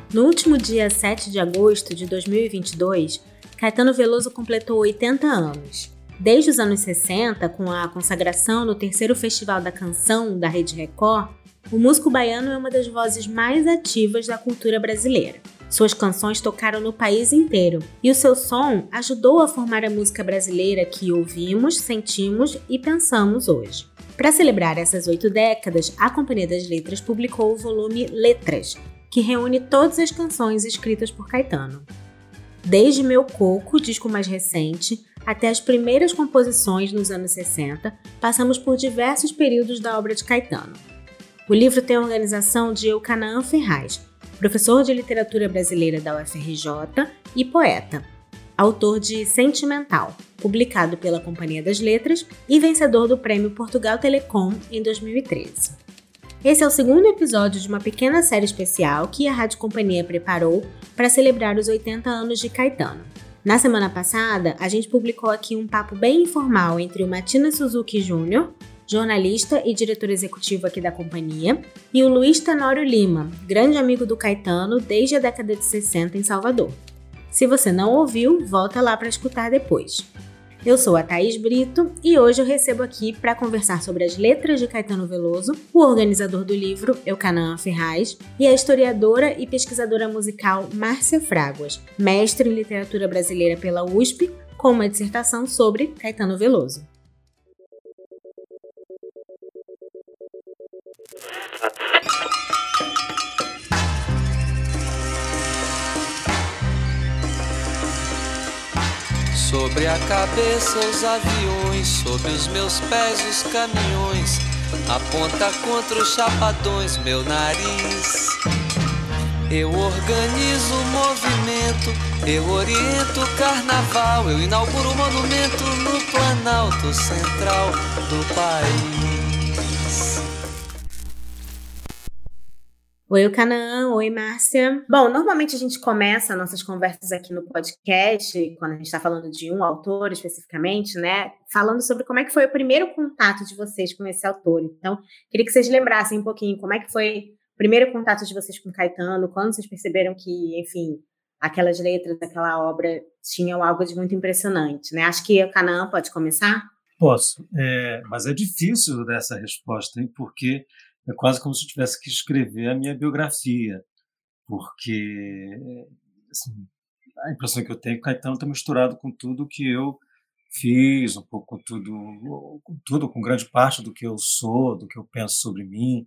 No último dia 7 de agosto de 2022, Caetano Veloso completou 80 anos. Desde os anos 60, com a consagração no terceiro Festival da Canção da Rede Record, o músico baiano é uma das vozes mais ativas da cultura brasileira. Suas canções tocaram no país inteiro e o seu som ajudou a formar a música brasileira que ouvimos, sentimos e pensamos hoje. Para celebrar essas 8 décadas, a Companhia das Letras publicou o volume Letras, que reúne todas as canções escritas por Caetano. Desde Meu Coco, disco mais recente, até as primeiras composições nos anos 60, passamos por diversos períodos da obra de Caetano. O livro tem a organização de Eucanaã Ferraz, professor de literatura brasileira da UFRJ e poeta, autor de Sentimental, publicado pela Companhia das Letras e vencedor do Prêmio Portugal Telecom em 2013. Esse é o segundo episódio de uma pequena série especial que a Rádio Companhia preparou para celebrar os 80 anos de Caetano. Na semana passada, a gente publicou aqui um papo bem informal entre o Matina Suzuki Jr., jornalista e diretor executivo aqui da companhia, e o Luiz Tenório Lima, grande amigo do Caetano desde a década de 60 em Salvador. Se você não ouviu, volta lá para escutar depois. Eu sou a Thaís Brito e hoje eu recebo aqui para conversar sobre as letras de Caetano Veloso, o organizador do livro Eucanaã Ferraz e a historiadora e pesquisadora musical Márcia Fraguas, mestre em literatura brasileira pela USP, com uma dissertação sobre Caetano Veloso. Sobre a cabeça os aviões, sob os meus pés os caminhões, aponta contra os chapadões meu nariz. Eu organizo o movimento, eu oriento o carnaval, eu inauguro o monumento no Planalto Central do país. Oi, Eucanaã. Oi, Márcia. Bom, normalmente a gente começa nossas conversas aqui no podcast, quando a gente está falando de um autor especificamente, né? Falando sobre como é que foi o primeiro contato de vocês com esse autor. Então, queria que vocês lembrassem um pouquinho como é que foi o primeiro contato de vocês com Caetano, quando vocês perceberam que, enfim, aquelas letras, aquela obra tinham algo de muito impressionante, né? Acho que a Eucanaã pode começar? Posso, mas é difícil dessa resposta, hein? Porque é quase como se eu tivesse que escrever a minha biografia, porque assim, a impressão que eu tenho é que Caetano está misturado com tudo que eu fiz, um pouco com grande parte do que eu sou, do que eu penso sobre mim.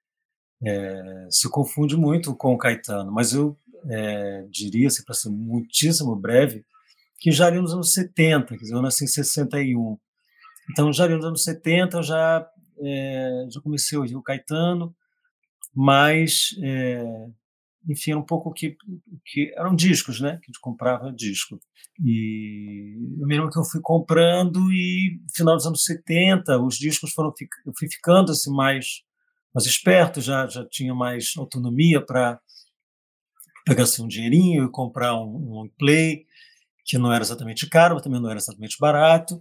Se confunde muito com o Caetano, mas eu diria, assim, para ser muitíssimo breve, que já ali nos anos 70, quer dizer, eu nasci em 61. Então, já ali nos anos 70, eu já comecei a ouvir o Caetano, mas, enfim, era um pouco que eram discos, né? Que a gente comprava disco. E eu me lembro que eu fui comprando e, no final dos anos 70, os discos eu fui ficando assim, mais esperto, já tinha mais autonomia para pegar assim, um dinheirinho e comprar um long play, que não era exatamente caro, mas também não era exatamente barato.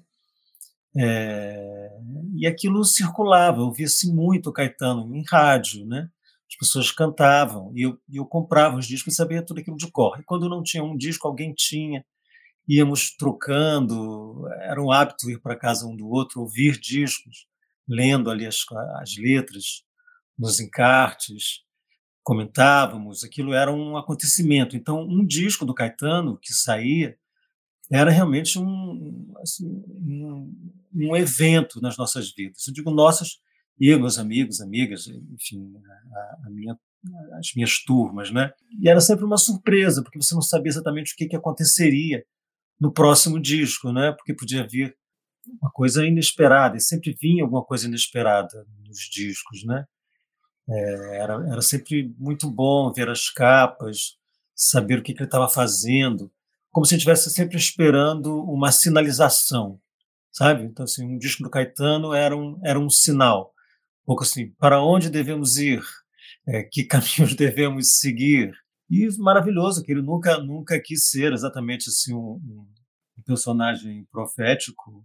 E aquilo circulava, eu ouvia-se muito o Caetano em rádio, né? As pessoas cantavam, e eu comprava os discos e sabia tudo aquilo de cor. E quando não tinha um disco, alguém tinha, íamos trocando, era um hábito ir para casa um do outro, ouvir discos, lendo ali as letras nos encartes, comentávamos, aquilo era um acontecimento. Então, um disco do Caetano que saía era realmente um evento nas nossas vidas. Eu digo nossas, eu, meus amigos, amigas, enfim, as minhas turmas, né? E era sempre uma surpresa, porque você não sabia exatamente o que aconteceria no próximo disco, né? Porque podia vir uma coisa inesperada, e sempre vinha alguma coisa inesperada nos discos, né? Era sempre muito bom ver as capas, saber o que ele estava fazendo, como se estivesse sempre esperando uma sinalização, sabe? Então, assim, um disco do Caetano era um sinal, um pouco assim, para onde devemos ir, que caminhos devemos seguir. E maravilhoso, que ele nunca quis ser exatamente assim um personagem profético,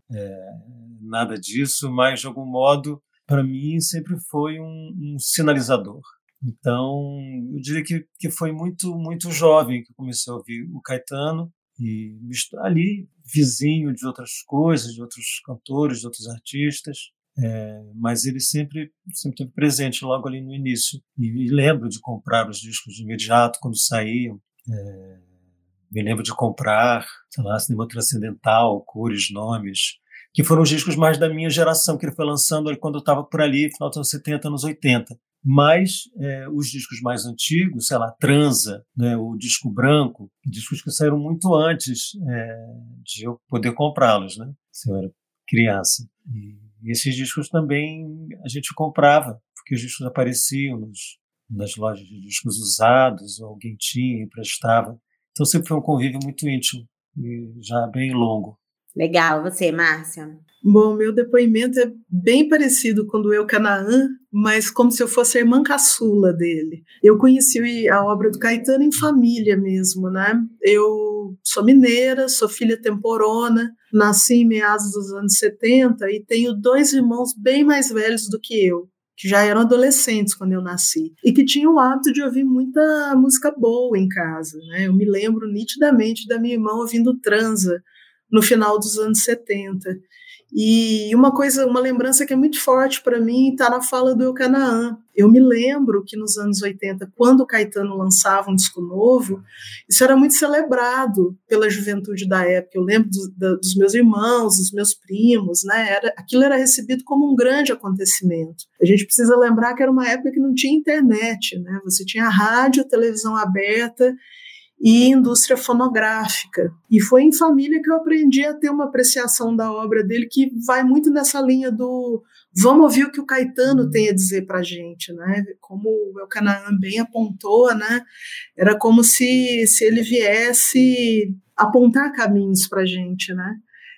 nada disso, mas, de algum modo, para mim, sempre foi um sinalizador. Então, eu diria que foi muito, muito jovem que eu comecei a ouvir o Caetano, e ali vizinho de outras coisas, de outros cantores, de outros artistas, mas ele sempre esteve presente logo ali no início. E lembro de comprar os discos de imediato quando saíam. Me lembro de comprar, sei lá, Cinema Transcendental, Cores, Nomes, que foram os discos mais da minha geração, que ele foi lançando ali quando eu estava por ali, final dos anos 70, anos 80. Mas os discos mais antigos, sei lá, Transa, né, o Disco Branco, discos que saíram muito antes de eu poder comprá-los, né, se eu era criança. E esses discos também a gente comprava, porque os discos apareciam nas lojas de discos usados, ou alguém tinha, emprestava. Então sempre foi um convívio muito íntimo e já bem longo. Legal. Você, Márcia? Bom, meu depoimento é bem parecido com o do Eucanaã, mas como se eu fosse a irmã caçula dele. Eu conheci a obra do Caetano em família mesmo, né? Eu sou mineira, sou filha temporona, nasci em meados dos anos 70 e tenho 2 irmãos bem mais velhos do que eu, que já eram adolescentes quando eu nasci, e que tinham o hábito de ouvir muita música boa em casa, né? Eu me lembro nitidamente da minha irmã ouvindo Transa no final dos anos 70. E uma lembrança que é muito forte para mim está na fala do Eucanaã. Eu me lembro que nos anos 80, quando o Caetano lançava um disco novo, isso era muito celebrado pela juventude da época. Eu lembro dos meus irmãos, dos meus primos, né? Aquilo era recebido como um grande acontecimento. A gente precisa lembrar que era uma época que não tinha internet, né? Você tinha rádio, televisão aberta e indústria fonográfica. E foi em família que eu aprendi a ter uma apreciação da obra dele que vai muito nessa linha do vamos ouvir o que o Caetano tem a dizer para a gente, né? Como o Eucanaã bem apontou, né? Era como se ele viesse apontar caminhos para a gente, né?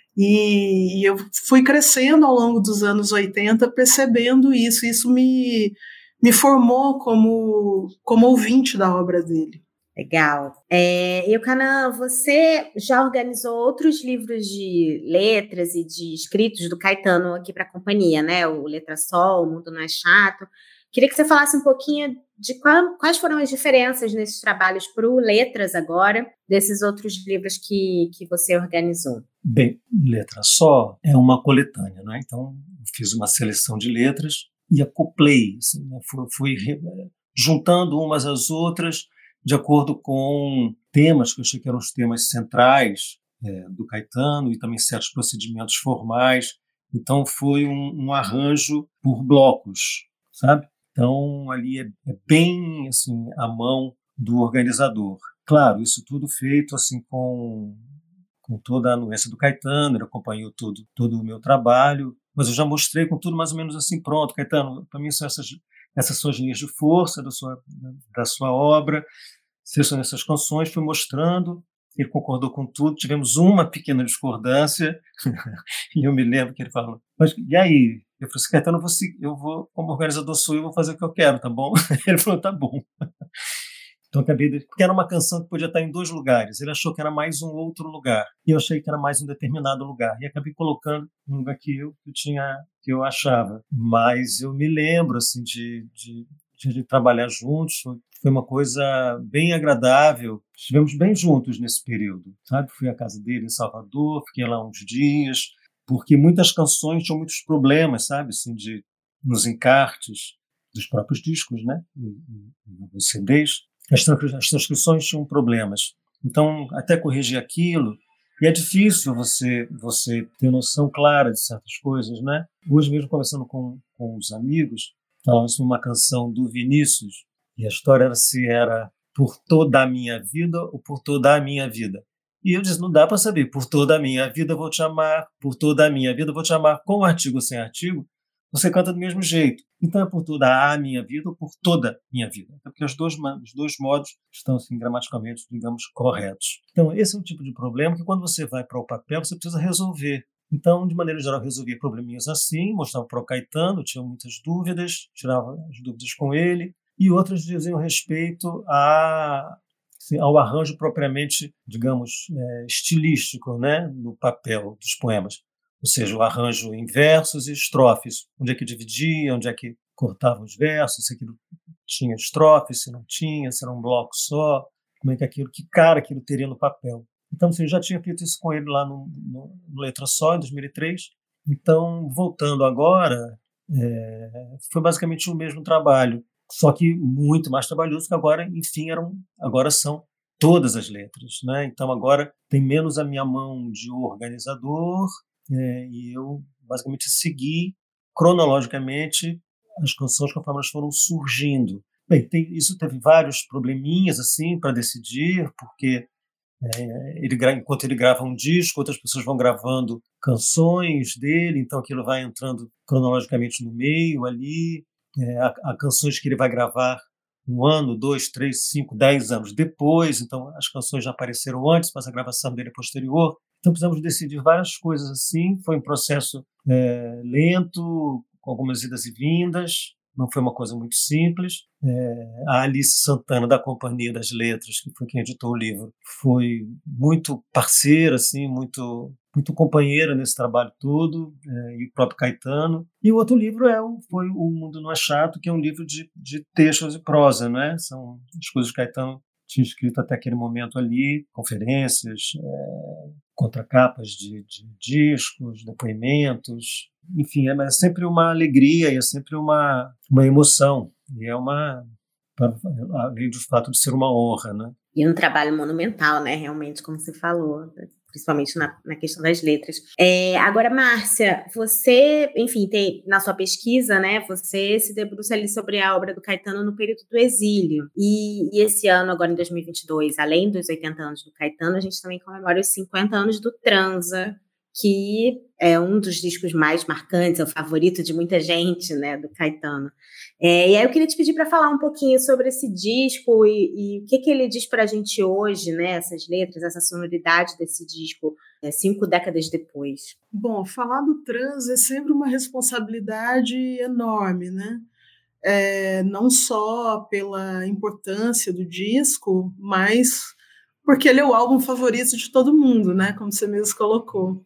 E eu fui crescendo ao longo dos anos 80 percebendo isso. Isso me formou como ouvinte da obra dele. Legal. Eucanaã, você já organizou outros livros de letras e de escritos do Caetano aqui para a companhia, né? O Letra Só, O Mundo Não é Chato. Queria que você falasse um pouquinho de quais foram as diferenças nesses trabalhos para o Letras agora, desses outros livros que você organizou. Bem, Letra Só é uma coletânea, né? Então, eu fiz uma seleção de letras e acoplei, assim, né? Fui juntando umas às outras, de acordo com temas que eu achei que eram os temas centrais do Caetano e também certos procedimentos formais. Então, foi um arranjo por blocos, sabe? Então, ali é bem assim, a mão do organizador. Claro, isso tudo feito assim com toda a anuência do Caetano, ele acompanhou todo o meu trabalho, mas eu já mostrei com tudo mais ou menos assim, pronto, Caetano, para mim são essas suas linhas de força da sua obra, são essas canções, fui mostrando, ele concordou com tudo, tivemos uma pequena discordância, e eu me lembro que ele falou, mas e aí? Eu falei assim, Caetano, eu vou, como organizador sou eu, vou fazer o que eu quero, tá bom? Ele falou, tá bom. Então, porque era uma canção que podia estar em 2 lugares, ele achou que era mais um outro lugar, e eu achei que era mais um determinado lugar, e acabei colocando no lugar que eu achava. Mas eu me lembro, assim, de trabalhar juntos, foi uma coisa bem agradável, estivemos bem juntos nesse período, sabe? Fui à casa dele em Salvador, fiquei lá uns dias, porque muitas canções tinham muitos problemas, sabe? Assim, nos encartes dos próprios discos, né? Nos CDs. As transcrições tinham problemas. Então, até corrigir aquilo, e é difícil você ter noção clara de certas coisas, né? Hoje mesmo, conversando com os amigos, falamos uma canção do Vinícius, e a história era se era por toda a minha vida ou por toda a minha vida. E eu disse, não dá para saber, por toda a minha vida eu vou te amar, por toda a minha vida eu vou te amar, com artigo ou sem artigo, você canta do mesmo jeito. Então é por toda a minha vida ou por toda a minha vida. Porque os dois modos estão, assim, gramaticalmente, digamos, corretos. Então esse é um tipo de problema que quando você vai para o papel, você precisa resolver. Então, de maneira geral, resolvia probleminhas assim, mostrava para o Caetano, tinha muitas dúvidas, tirava as dúvidas com ele, e outras diziam respeito ao arranjo propriamente, digamos, estilístico, né, no papel dos poemas. Ou seja, o arranjo em versos e estrofes, onde é que dividia, onde é que cortavam os versos, se aquilo tinha estrofe, se não tinha, se era um bloco só, como é que que cara aquilo teria no papel. Então, assim, eu já tinha feito isso com ele lá no Letra Só, em 2003. Então, voltando agora, foi basicamente o mesmo trabalho, só que muito mais trabalhoso, que agora, enfim, agora são todas as letras, né? Então, agora tem menos a minha mão de organizador, e eu basicamente segui cronologicamente as canções conforme elas foram surgindo. Bem, isso teve vários probleminhas assim para decidir, porque enquanto ele grava um disco, outras pessoas vão gravando canções dele, então aquilo vai entrando cronologicamente no meio ali. Há canções que ele vai gravar 1 ano, 2, 3, 5, 10 anos depois, então as canções já apareceram antes, mas a gravação dele é posterior. Então precisamos decidir várias coisas assim. Foi um processo lento, com algumas idas e vindas, não foi uma coisa muito simples. A Alice Santana, da Companhia das Letras, que foi quem editou o livro, foi muito parceira, assim, muito companheira nesse trabalho todo, e o próprio Caetano. E o outro livro foi O Mundo Não é Chato, que é um livro de textos e prosa, né? São as coisas que Caetano tinha escrito até aquele momento ali, conferências, contracapas de discos, depoimentos, enfim, é sempre uma alegria e é sempre uma emoção, e além do fato de ser uma honra, né? E um trabalho monumental, né, realmente, como você falou, principalmente na questão das letras. Agora, Márcia, você, enfim, na sua pesquisa, né, você se debruça ali sobre a obra do Caetano no período do exílio. E esse ano, agora em 2022, além dos 80 anos do Caetano, a gente também comemora os 50 anos do Transa, que é um dos discos mais marcantes, é o favorito de muita gente, né, do Caetano. E aí eu queria te pedir para falar um pouquinho sobre esse disco e o que ele diz para a gente hoje, né, essas letras, essa sonoridade desse disco, 5 décadas depois. Bom, falar do Transa é sempre uma responsabilidade enorme, né? Não só pela importância do disco, mas porque ele é o álbum favorito de todo mundo, né? Como você mesmo colocou.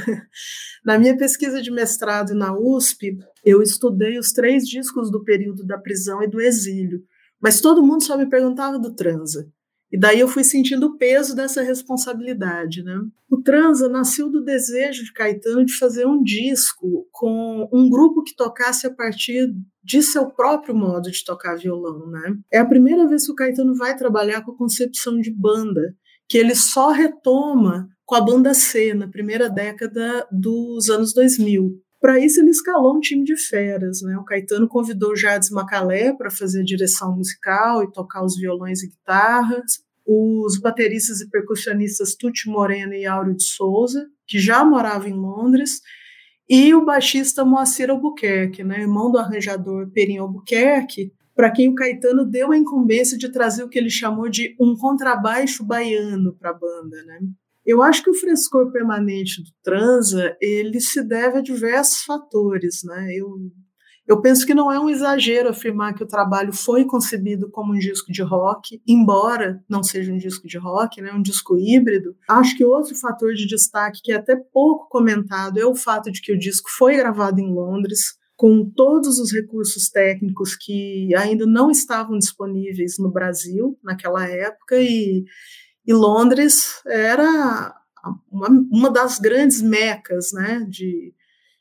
Na minha pesquisa de mestrado na USP, eu estudei os 3 discos do período da prisão e do exílio, mas todo mundo só me perguntava do Transa. E daí eu fui sentindo o peso dessa responsabilidade, né? O Transa nasceu do desejo de Caetano de fazer um disco com um grupo que tocasse a partir de seu próprio modo de tocar violão, né? É a primeira vez que o Caetano vai trabalhar com a concepção de banda, que ele só retoma com a Banda C, na primeira década dos anos 2000. Para isso, ele escalou um time de feras, né? O Caetano convidou o Jardim Macalé para fazer a direção musical e tocar os violões e guitarras, os bateristas e percussionistas Tuti Moreno e Áureo de Souza, que já moravam em Londres, e o baixista Moacir Albuquerque, né, irmão do arranjador Perim Albuquerque, para quem o Caetano deu a incumbência de trazer o que ele chamou de um contrabaixo baiano para a banda, né? Eu acho que o frescor permanente do Transa, ele se deve a diversos fatores, né? Eu penso que não é um exagero afirmar que o trabalho foi concebido como um disco de rock, embora não seja um disco de rock, né, um disco híbrido. Acho que outro fator de destaque, que é até pouco comentado, é o fato de que o disco foi gravado em Londres, com todos os recursos técnicos que ainda não estavam disponíveis no Brasil naquela época, e Londres era uma das grandes mecas, né, de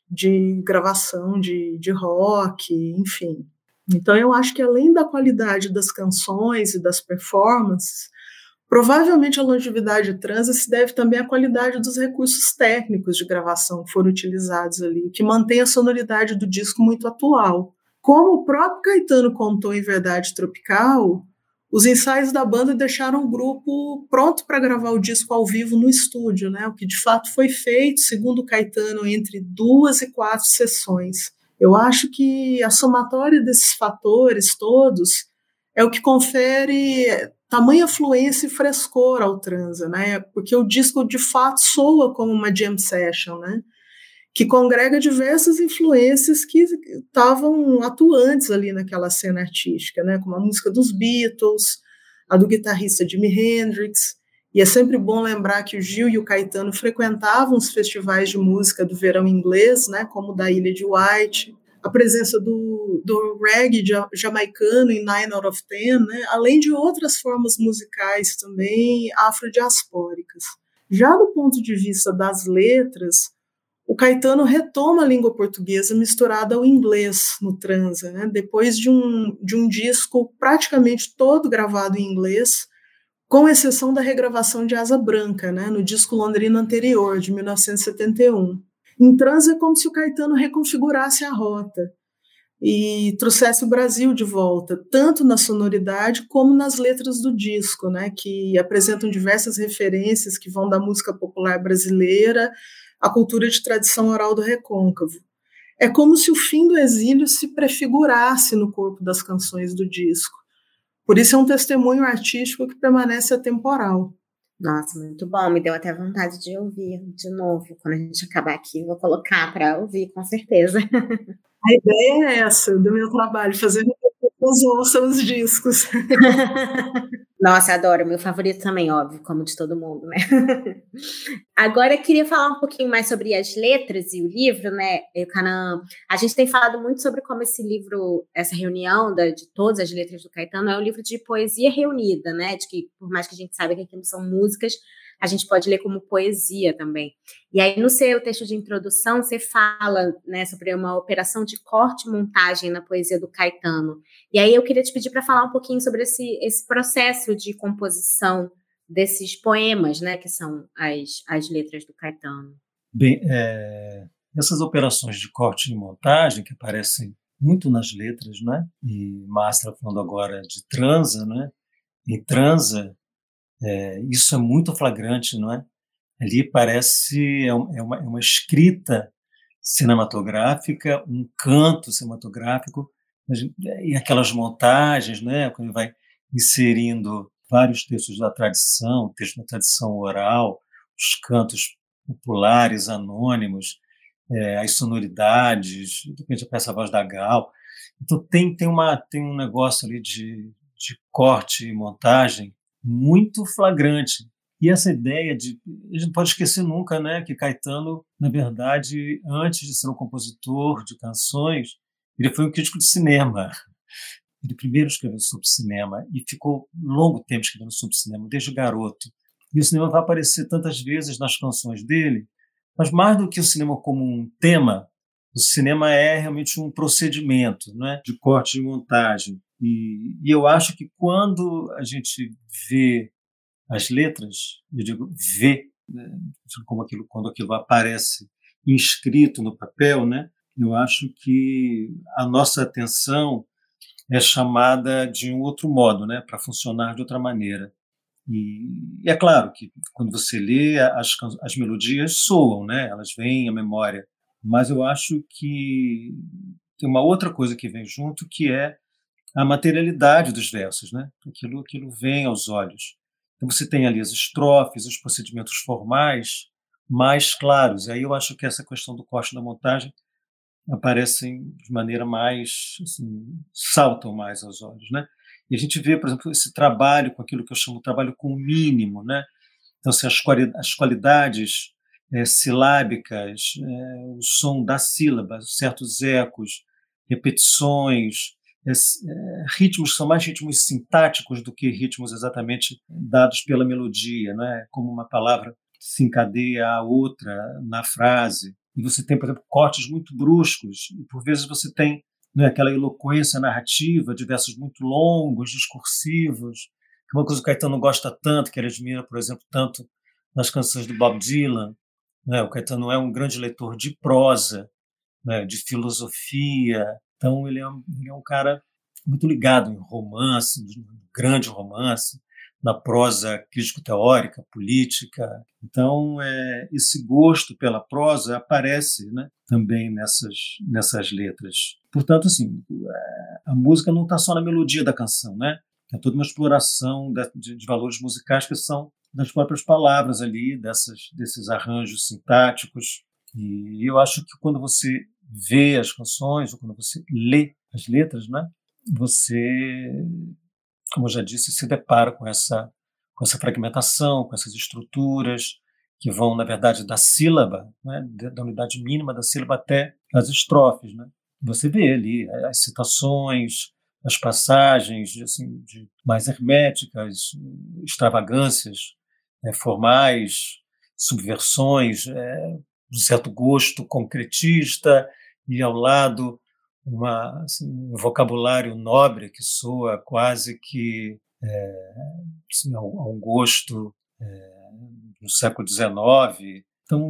gravação de rock, enfim. Então eu acho que além da qualidade das canções e das performances, provavelmente a longevidade de Transa se deve também à qualidade dos recursos técnicos de gravação que foram utilizados ali, o que mantém a sonoridade do disco muito atual. Como o próprio Caetano contou em Verdade Tropical, os ensaios da banda deixaram o grupo pronto para gravar o disco ao vivo no estúdio, né? O que de fato foi feito, segundo o Caetano, entre 2 e 4 sessões. Eu acho que a somatória desses fatores todos é o que confere tamanha fluência e frescor ao Transa, né? Porque o disco de fato soa como uma jam session, né? Que congrega diversas influências que estavam atuantes ali naquela cena artística, né? Como a música dos Beatles, a do guitarrista Jimi Hendrix, e é sempre bom lembrar que o Gil e o Caetano frequentavam os festivais de música do verão inglês, né? Como o da Ilha de White. a presença do reggae jamaicano em 9 out of 10, né? Além de outras formas musicais também afrodiaspóricas. Já do ponto de vista das letras, o Caetano retoma a língua portuguesa misturada ao inglês no transa, né? Depois de um disco praticamente todo gravado em inglês, com exceção da regravação de Asa Branca, né? No disco londrino anterior, de 1971. Em transa é como se o Caetano reconfigurasse a rota e trouxesse o Brasil de volta, tanto na sonoridade como nas letras do disco, né? Que apresentam diversas referências que vão da música popular brasileira a cultura de tradição oral do recôncavo. É como se o fim do exílio se prefigurasse no corpo das canções do disco. Por isso é um testemunho artístico que permanece atemporal. Nossa, muito bom. Me deu até vontade de ouvir de novo. Quando a gente acabar aqui, vou colocar para ouvir, com certeza. A ideia é essa, do meu trabalho, fazer com que as pessoas ouçam os discos. Nossa, adoro. Meu favorito também, óbvio, como de todo mundo, né? Agora, eu queria falar um pouquinho mais sobre as letras e o livro, né, Canaã? A gente tem falado muito sobre como esse livro, essa reunião de todas as letras do Caetano, é um livro de poesia reunida, né? De que, por mais que a gente saiba que aquilo são músicas, a gente pode ler como poesia também. E aí, no seu texto de introdução, você fala, né, sobre uma operação de corte e montagem na poesia do Caetano. E aí eu queria te pedir para falar um pouquinho sobre esse processo de composição desses poemas, né, que são as letras do Caetano. Bem, essas operações de corte e montagem que aparecem muito nas letras, né? E Márcia falando agora de transa, né? Em transa, isso é muito flagrante, não é? Ali parece uma escrita cinematográfica, um canto cinematográfico, e aquelas montagens, né? Quando ele vai inserindo vários textos da tradição, texto da tradição oral, os cantos populares, anônimos, as sonoridades, de repente aparece a voz da Gal. Então tem um negócio ali de corte e montagem muito flagrante. E essa ideia a gente não pode esquecer nunca, né, que Caetano, na verdade, antes de ser um compositor de canções, ele foi um crítico de cinema. Ele primeiro escreveu sobre cinema e ficou longo tempo escrevendo sobre cinema, desde garoto. E o cinema vai aparecer tantas vezes nas canções dele, mas mais do que o cinema como um tema, o cinema é realmente um procedimento, né, de corte e montagem. E eu acho que quando a gente vê as letras, eu digo vê, né, quando aquilo aparece inscrito no papel, né, eu acho que a nossa atenção é chamada de um outro modo, né, para funcionar de outra maneira. E é claro que quando você lê, as melodias soam, né, elas vêm à memória, mas eu acho que tem uma outra coisa que vem junto, que é a materialidade dos versos, né? Aquilo vem aos olhos. Então você tem ali as estrofes, os procedimentos formais mais claros. E aí eu acho que essa questão do corte e da montagem aparecem de maneira mais, assim, saltam mais aos olhos, né? E a gente vê, por exemplo, esse trabalho com aquilo que eu chamo de trabalho com o mínimo, né? Então, assim, as qualidades silábicas, o som da sílaba, certos ecos, repetições, ritmos que são mais ritmos sintáticos do que ritmos exatamente dados pela melodia, né? Como uma palavra se encadeia a outra na frase. E você tem, por exemplo, cortes muito bruscos, e por vezes você tem, né, aquela eloquência narrativa de versos muito longos, discursivos, que é uma coisa que o Caetano gosta tanto, que ele admira, por exemplo, tanto nas canções do Bob Dylan, né? O Caetano é um grande leitor de prosa, né, de filosofia, então ele é um cara muito ligado em romance, no grande romance, na prosa crítico-teórica, política. Então, esse gosto pela prosa aparece, né, também nessas letras. Portanto, assim, a música não está só na melodia da canção, né? É toda uma exploração de valores musicais que são das próprias palavras ali, desses arranjos sintáticos. E eu acho que quando você vê as canções, ou quando você lê as letras, né, você, como eu já disse, se depara com essa fragmentação, com essas estruturas que vão, na verdade, da sílaba, né, da unidade mínima da sílaba até as estrofes, né? Você vê ali as citações, as passagens assim, de mais herméticas, extravagâncias formais, subversões, um certo gosto concretista, e ao lado um vocabulário nobre que soa quase que assim, a um gosto do século XIX. Então,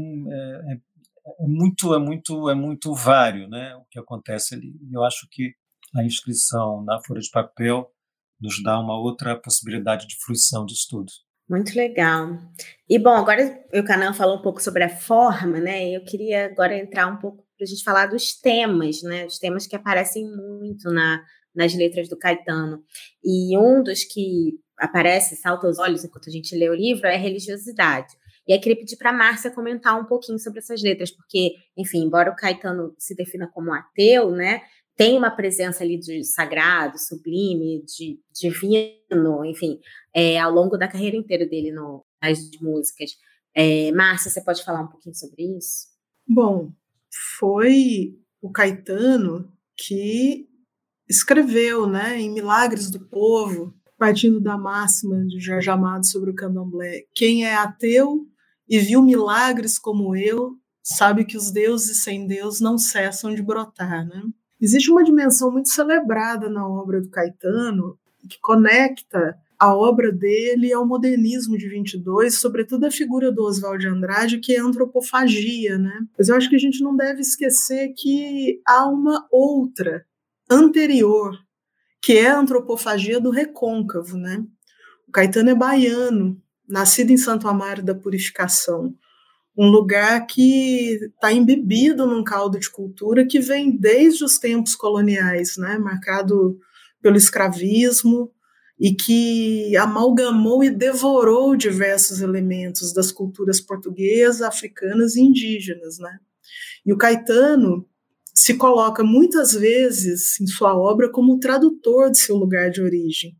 é muito vário, né, o que acontece ali. Eu acho que a inscrição na folha de papel nos dá uma outra possibilidade de fruição disso tudo. Muito legal. E, bom, agora o Canaã falou um pouco sobre a forma, né? Eu queria agora entrar um pouco para a gente falar dos temas, né? Os temas que aparecem muito nas letras do Caetano. E um dos que aparece, salta aos olhos enquanto a gente lê o livro, é a religiosidade. E aí queria pedir para a Márcia comentar um pouquinho sobre essas letras, porque, enfim, embora o Caetano se defina como ateu, né? Tem uma presença ali de sagrado, sublime, de divino, enfim, ao longo da carreira inteira dele nas músicas. Márcia, você pode falar um pouquinho sobre isso? Bom, foi o Caetano que escreveu, né, em Milagres do Povo, partindo da máxima de Jorge Amado sobre o candomblé: quem é ateu e viu milagres como eu, sabe que os deuses sem Deus não cessam de brotar, né? Existe uma dimensão muito celebrada na obra do Caetano que conecta a obra dele ao modernismo de 22, sobretudo a figura do Oswald de Andrade, que é a antropofagia, né? Mas eu acho que a gente não deve esquecer que há uma outra, anterior, que é a antropofagia do recôncavo, né? O Caetano é baiano, nascido em Santo Amaro da Purificação, um lugar que está embebido num caldo de cultura que vem desde os tempos coloniais, né, marcado pelo escravismo, e que amalgamou e devorou diversos elementos das culturas portuguesas, africanas e indígenas, né? E o Caetano se coloca muitas vezes em sua obra como o tradutor de seu lugar de origem.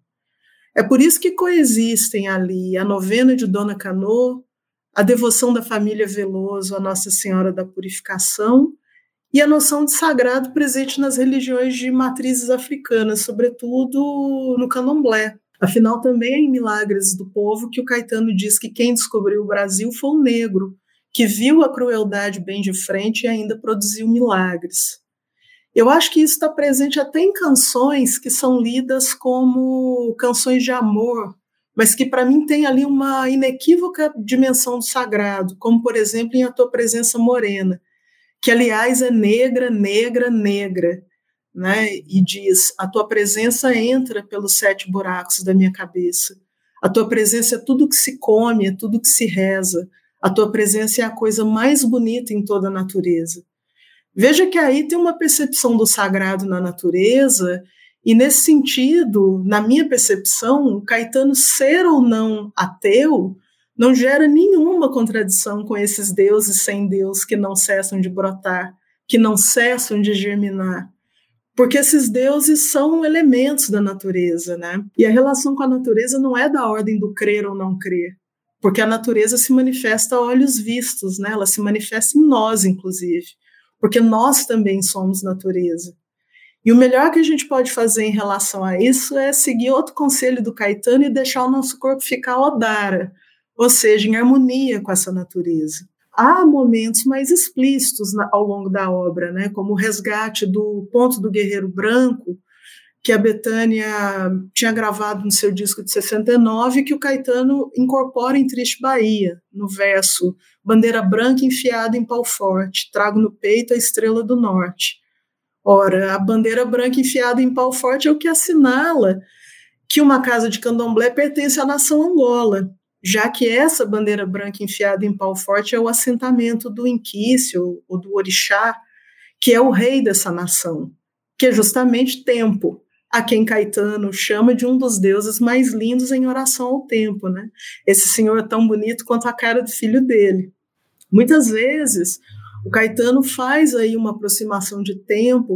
É por isso que coexistem ali a novena de Dona Canô, a devoção da família Veloso à Nossa Senhora da Purificação e a noção de sagrado presente nas religiões de matrizes africanas, sobretudo no candomblé. Afinal, também é em Milagres do Povo que o Caetano diz que quem descobriu o Brasil foi o negro, que viu a crueldade bem de frente e ainda produziu milagres. Eu acho que isso está presente até em canções que são lidas como canções de amor, mas que para mim tem ali uma inequívoca dimensão do sagrado, como, por exemplo, em A Tua Presença Morena, que, aliás, é negra, negra, negra, né? E diz: a tua presença entra pelos 7 buracos da minha cabeça, a tua presença é tudo que se come, é tudo que se reza, a tua presença é a coisa mais bonita em toda a natureza. Veja que aí tem uma percepção do sagrado na natureza, e nesse sentido, na minha percepção, o Caetano ser ou não ateu não gera nenhuma contradição com esses deuses sem Deus que não cessam de brotar, que não cessam de germinar, porque esses deuses são elementos da natureza, né? E a relação com a natureza não é da ordem do crer ou não crer, porque a natureza se manifesta a olhos vistos, né? Ela se manifesta em nós, inclusive, porque nós também somos natureza. E o melhor que a gente pode fazer em relação a isso é seguir outro conselho do Caetano e deixar o nosso corpo ficar odara, ou seja, em harmonia com essa natureza. Há momentos mais explícitos ao longo da obra, né, como o resgate do Ponto do Guerreiro Branco, que a Bethânia tinha gravado no seu disco de 69, que o Caetano incorpora em Triste Bahia, no verso: bandeira branca enfiada em pau forte, trago no peito a estrela do norte. Ora, a bandeira branca enfiada em pau forte é o que assinala que uma casa de candomblé pertence à nação Angola, já que essa bandeira branca enfiada em pau forte é o assentamento do Inquice, ou do Orixá, que é o rei dessa nação, que é justamente Tempo, a quem Caetano chama de um dos deuses mais lindos em oração ao tempo, né? Esse senhor é tão bonito quanto a cara do filho dele. Muitas vezes, o Caetano faz aí uma aproximação de Tempo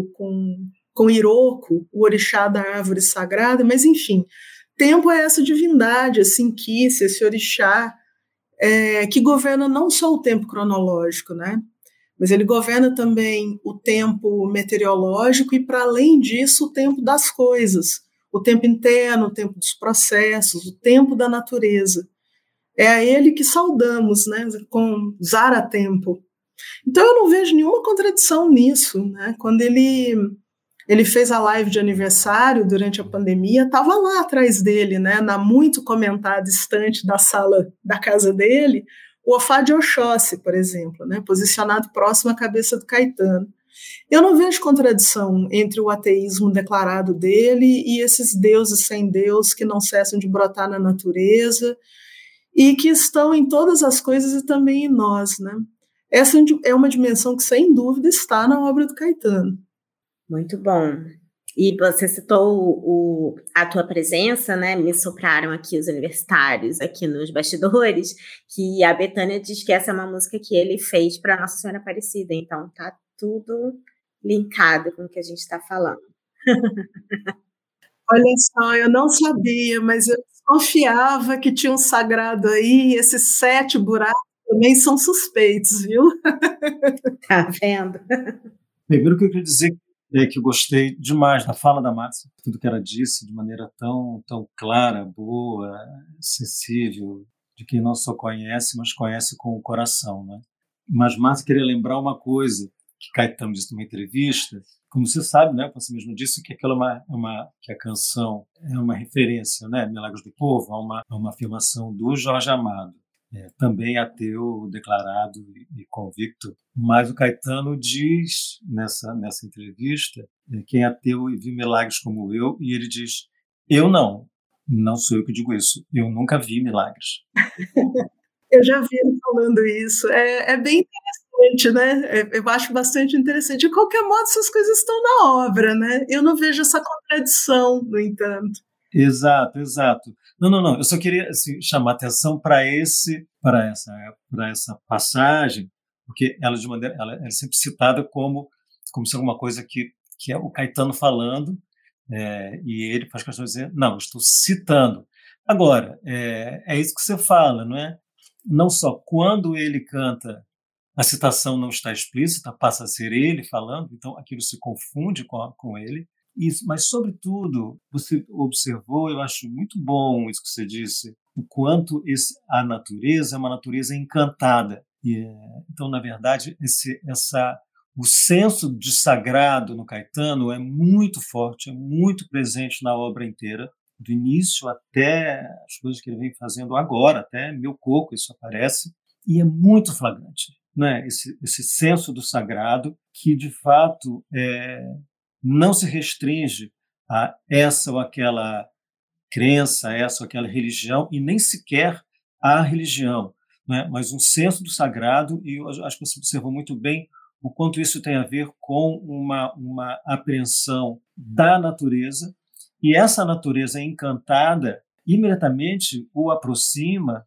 com Iroko, o orixá da árvore sagrada, mas, enfim, Tempo é essa divindade, esse Inquice, esse orixá, que governa não só o tempo cronológico, né? mas ele governa também o tempo meteorológico e, para além disso, o tempo das coisas, o tempo interno, o tempo dos processos, o tempo da natureza. É a ele que saudamos, né, com Zaratempo. Então eu não vejo nenhuma contradição nisso, né? Quando ele fez a live de aniversário durante a pandemia, estava lá atrás dele, né, na muito comentada estante da sala da casa dele, o Ofá de Oxóssi, por exemplo, né, posicionado próximo à cabeça do Caetano. Eu não vejo contradição entre o ateísmo declarado dele e esses deuses sem Deus que não cessam de brotar na natureza e que estão em todas as coisas e também em nós, né? Essa é uma dimensão que, sem dúvida, está na obra do Caetano. Muito bom. E você citou a tua presença, né? Me sopraram aqui os universitários, aqui nos bastidores, que a Bethânia diz que essa é uma música que ele fez para Nossa Senhora Aparecida. Então, tá tudo linkado com o que a gente está falando. Olha só, eu não sabia, mas eu desconfiava que tinha um sagrado aí, e esses 7 buracos também são suspeitos, viu? Tá vendo? Primeiro que eu queria dizer é que eu gostei demais da fala da Márcia, tudo que ela disse de maneira tão clara, boa, sensível, de quem não só conhece, mas conhece com o coração, né? Mas Márcia queria lembrar uma coisa que Caetano disse numa entrevista, como você sabe, né? Você mesmo disse que aquela que a canção é uma referência, né? Milagres do Povo, a uma afirmação do Jorge Amado. Também ateu declarado e convicto, mas o Caetano diz nessa entrevista, quem é ateu e viu milagres como eu, e ele diz, eu não sou eu que digo isso, eu nunca vi milagres. Eu já vi ele falando isso, é bem interessante, né? Eu acho bastante interessante. De qualquer modo, essas coisas estão na obra, né? Eu não vejo essa contradição, no entanto. Exato. Não. Eu só queria chamar atenção para essa passagem, porque ela é sempre citada como se alguma coisa que é o Caetano falando, e ele faz questão de dizer, não, eu estou citando. Agora, é isso que você fala, não é? Não só quando ele canta, a citação não está explícita, passa a ser ele falando, então aquilo se confunde com ele. Isso, mas, sobretudo, você observou, eu acho muito bom isso que você disse, o quanto a natureza é uma natureza encantada. Então, na verdade, o senso de sagrado no Caetano é muito forte, é muito presente na obra inteira, do início até as coisas que ele vem fazendo agora, até Meu Coco, isso aparece, e é muito flagrante, né? Esse senso do sagrado que, de fato, não se restringe a essa ou aquela crença, a essa ou aquela religião, e nem sequer à religião, né? Mas um senso do sagrado, e eu acho que você observou muito bem o quanto isso tem a ver com uma apreensão da natureza, e essa natureza encantada imediatamente o aproxima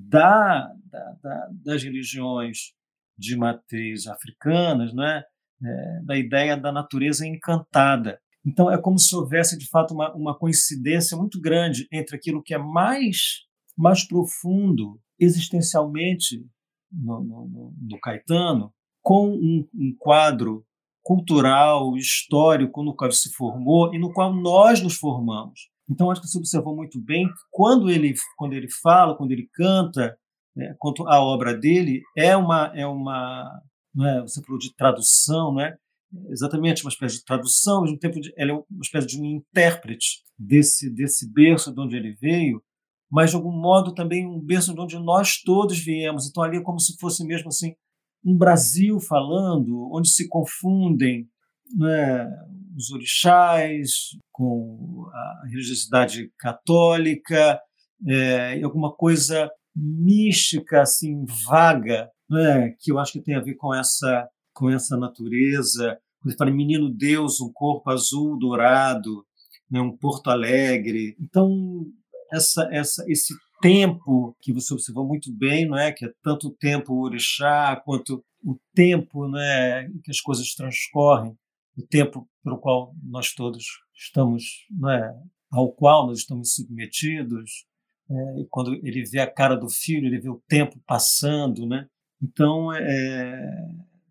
das religiões de matriz africanas, né? Da ideia da natureza encantada. Então, é como se houvesse, de fato, uma coincidência muito grande entre aquilo que é mais profundo, existencialmente, no Caetano, com um quadro cultural, histórico, no qual ele se formou e no qual nós nos formamos. Então, acho que você observou muito bem que quando ele fala, quando ele canta, quanto à obra dele, não é? Você falou de tradução, não é? Exatamente, uma espécie de tradução, ao mesmo tempo ela é uma espécie de um intérprete desse berço de onde ele veio, mas de algum modo também um berço de onde nós todos viemos. Então ali é como se fosse mesmo assim um Brasil falando, onde se confundem, né, os orixás com a religiosidade católica, e alguma coisa mística, assim, vaga, né, que eu acho que tem a ver com essa natureza. Quando ele fala menino Deus, um corpo azul dourado, né, um Porto Alegre. Então, esse tempo que você observou muito bem, não é? Que é tanto o tempo orixá quanto o tempo, né, em que as coisas transcorrem, o tempo pelo qual nós todos estamos, não é, ao qual nós estamos submetidos. E quando ele vê a cara do filho, ele vê o tempo passando, né? Então,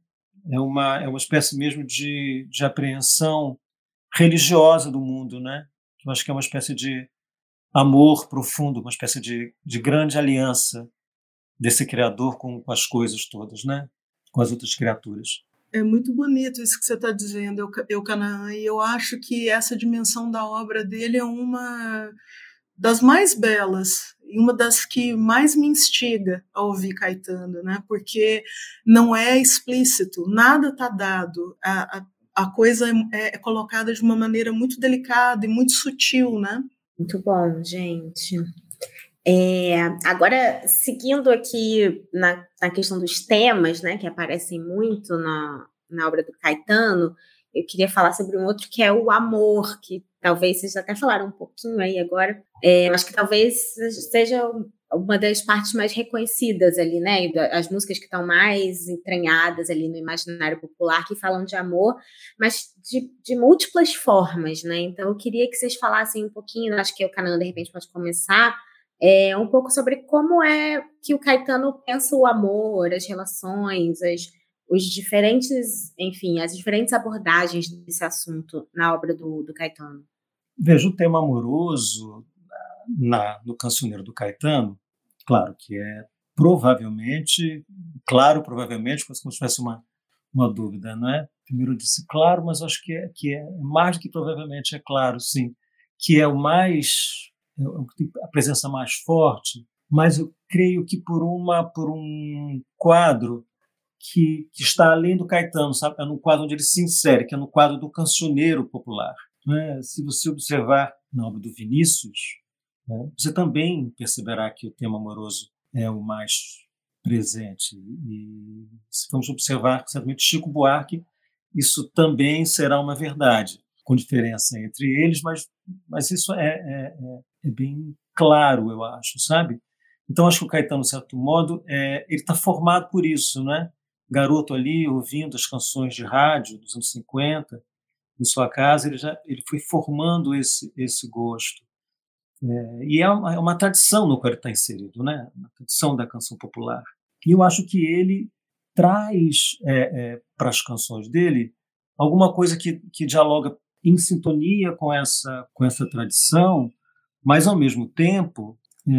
é uma espécie mesmo de apreensão religiosa do mundo, né? Eu acho que é uma espécie de amor profundo, uma espécie de grande aliança desse Criador com as coisas todas, né? Com as outras criaturas. É muito bonito isso que você está dizendo, Eucanaã, e eu acho que essa dimensão da obra dele é uma das mais belas e uma das que mais me instiga a ouvir Caetano, né? Porque não é explícito, nada está dado, a coisa é colocada de uma maneira muito delicada e muito sutil, né? Muito bom, gente. Agora, seguindo aqui na questão dos temas, né, que aparecem muito na obra do Caetano, eu queria falar sobre um outro que é o amor, que talvez vocês até falaram um pouquinho aí agora, mas que talvez seja uma das partes mais reconhecidas ali, né, as músicas que estão mais entranhadas ali no imaginário popular, que falam de amor, mas de múltiplas formas, né, então eu queria que vocês falassem um pouquinho, acho que o Canaã de repente pode começar, um pouco sobre como é que o Caetano pensa o amor, as relações, os diferentes, enfim, as diferentes abordagens desse assunto na obra do Caetano. Veja, o tema amoroso no Cancioneiro do Caetano, claro que é provavelmente, como se tivesse uma dúvida, não é? Primeiro eu disse claro, mas acho que é mais do que provavelmente, é claro, sim, que é o mais, a presença mais forte, mas eu creio que por um quadro que está além do Caetano, sabe? É no quadro onde ele se insere, que é no quadro do cancioneiro popular. Né? Se você observar na obra do Vinícius, né, você também perceberá que o tema amoroso é o mais presente. E se formos observar, certamente, Chico Buarque, isso também será uma verdade, com diferença entre eles, mas isso é bem claro, eu acho, sabe? Então, acho que o Caetano, de certo modo, ele está formado por isso, né? Garoto ali, ouvindo as canções de rádio dos anos 50, em sua casa, ele foi formando esse gosto. E é uma tradição no qual ele está inserido, né? Uma tradição da canção popular. E eu acho que ele traz para as canções dele alguma coisa que dialoga em sintonia com essa tradição, mas, ao mesmo tempo,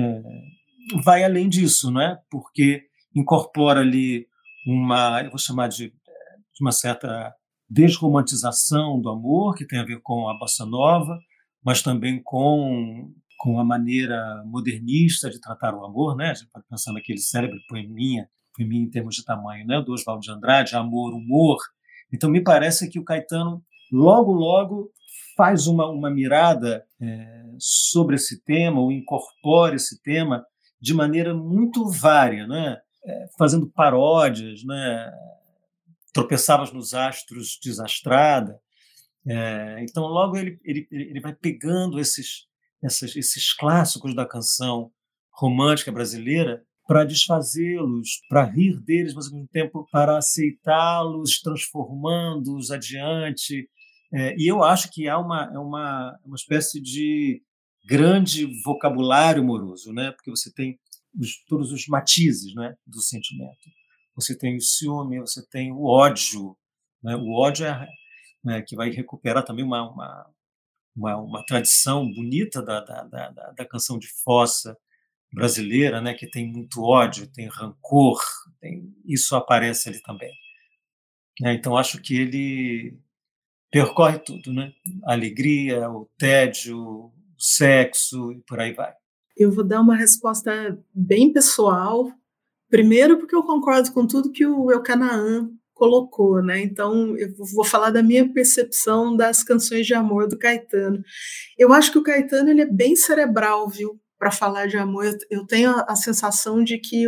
vai além disso, né? Porque incorpora ali eu vou chamar de uma certa desromantização do amor, que tem a ver com a bossa nova, mas também com a maneira modernista de tratar o amor, né? A gente pode pensar naquele célebre poeminha em termos de tamanho, né? Do Oswald de Andrade, Amor, Humor. Então, me parece que o Caetano, logo, faz uma mirada sobre esse tema, ou incorpora esse tema de maneira muito vária, né? Fazendo paródias, né? Tropeçavas nos astros, desastrada. Então, logo ele vai pegando esses clássicos da canção romântica brasileira para desfazê-los, para rir deles, mas, ao mesmo tempo, para aceitá-los, transformando-os adiante. E eu acho que há uma espécie de grande vocabulário amoroso, né? Porque você tem todos os matizes, né, do sentimento. Você tem o ciúme, você tem o ódio. Né? O ódio que vai recuperar também uma tradição bonita da canção de fossa brasileira, né, que tem muito ódio, tem rancor, isso aparece ali também. Então, acho que ele percorre tudo, né? A alegria, o tédio, o sexo e por aí vai. Eu vou dar uma resposta bem pessoal. Primeiro, porque eu concordo com tudo que o Eucanaã colocou, né? Então, eu vou falar da minha percepção das canções de amor do Caetano. Eu acho que o Caetano ele é bem cerebral, viu? Para falar de amor, eu tenho a sensação de que